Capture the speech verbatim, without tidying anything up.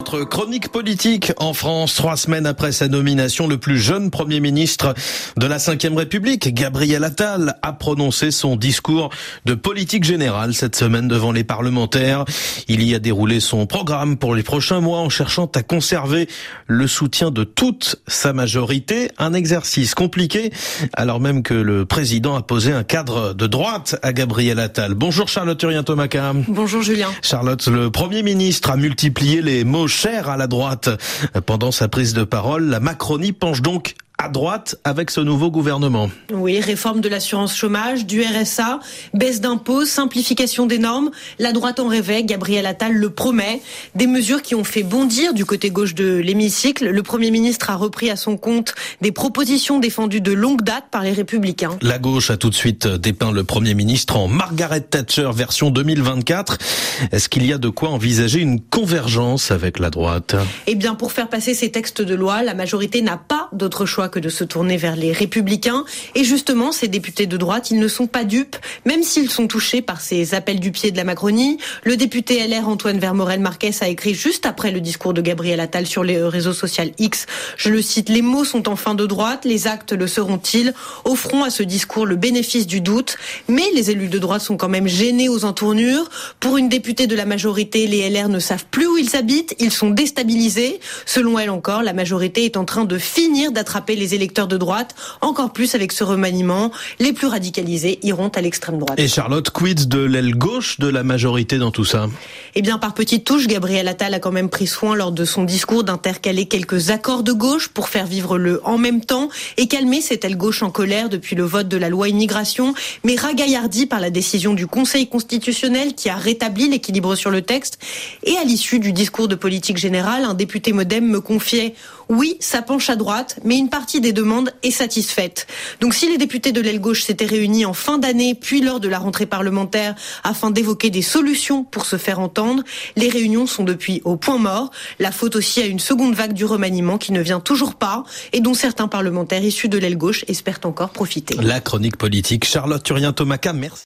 Notre chronique politique en France, trois semaines après sa nomination, le plus jeune Premier ministre de la cinquième République, Gabriel Attal, a prononcé son discours de politique générale cette semaine devant les parlementaires. Il y a déroulé son programme pour les prochains mois en cherchant à conserver le soutien de toute sa majorité. Un exercice compliqué, alors même que le président a posé un cadre de droite à Gabriel Attal. Bonjour Charlotte Urien-Thomaca. Bonjour Julien. Charlotte, le Premier ministre a multiplié les mots chers à la droite. Pendant sa prise de parole, la Macronie penche donc à droite avec ce nouveau gouvernement. Oui, réforme de l'assurance chômage, du R S A, baisse d'impôts, simplification des normes. La droite en rêvait, Gabriel Attal le promet. Des mesures qui ont fait bondir du côté gauche de l'hémicycle. Le Premier ministre a repris à son compte des propositions défendues de longue date par les Républicains. La gauche a tout de suite dépeint le Premier ministre en Margaret Thatcher version deux mille vingt-quatre. Est-ce qu'il y a de quoi envisager une convergence avec la droite ? Eh bien, pour faire passer ces textes de loi, la majorité n'a pas d'autre choix que de se tourner vers les Républicains. Et justement, ces députés de droite, ils ne sont pas dupes, même s'ils sont touchés par ces appels du pied de la Macronie. Le député L R Antoine Vermorel-Marquez a écrit juste après le discours de Gabriel Attal sur les réseaux sociaux X, je le cite, « Les mots sont enfin de droite, les actes le seront-ils ?» Offrons à ce discours le bénéfice du doute. Mais les élus de droite sont quand même gênés aux entournures. Pour une députée de la majorité, les L R ne savent plus où ils habitent, ils sont déstabilisés. Selon elle encore, la majorité est en train de finir d'attraper les électeurs de droite, encore plus avec ce remaniement. Les plus radicalisés iront à l'extrême droite. Et Charlotte, quid de l'aile gauche de la majorité dans tout ça ? Eh bien, par petites touches, Gabriel Attal a quand même pris soin lors de son discours d'intercaler quelques accords de gauche pour faire vivre le « en même temps » et calmer cette aile gauche en colère depuis le vote de la loi immigration, mais ragaillardi par la décision du Conseil constitutionnel qui a rétabli l'équilibre sur le texte. Et à l'issue du discours de politique générale, un député modem me confiait « Oui, ça penche à droite, mais une partie des demandes est satisfaite. » Donc si les députés de l'aile gauche s'étaient réunis en fin d'année, puis lors de la rentrée parlementaire, afin d'évoquer des solutions pour se faire entendre, les réunions sont depuis au point mort. La faute aussi à une seconde vague du remaniement qui ne vient toujours pas et dont certains parlementaires issus de l'aile gauche espèrent encore profiter. La chronique politique, Charlotte Urien-Thomaca, merci.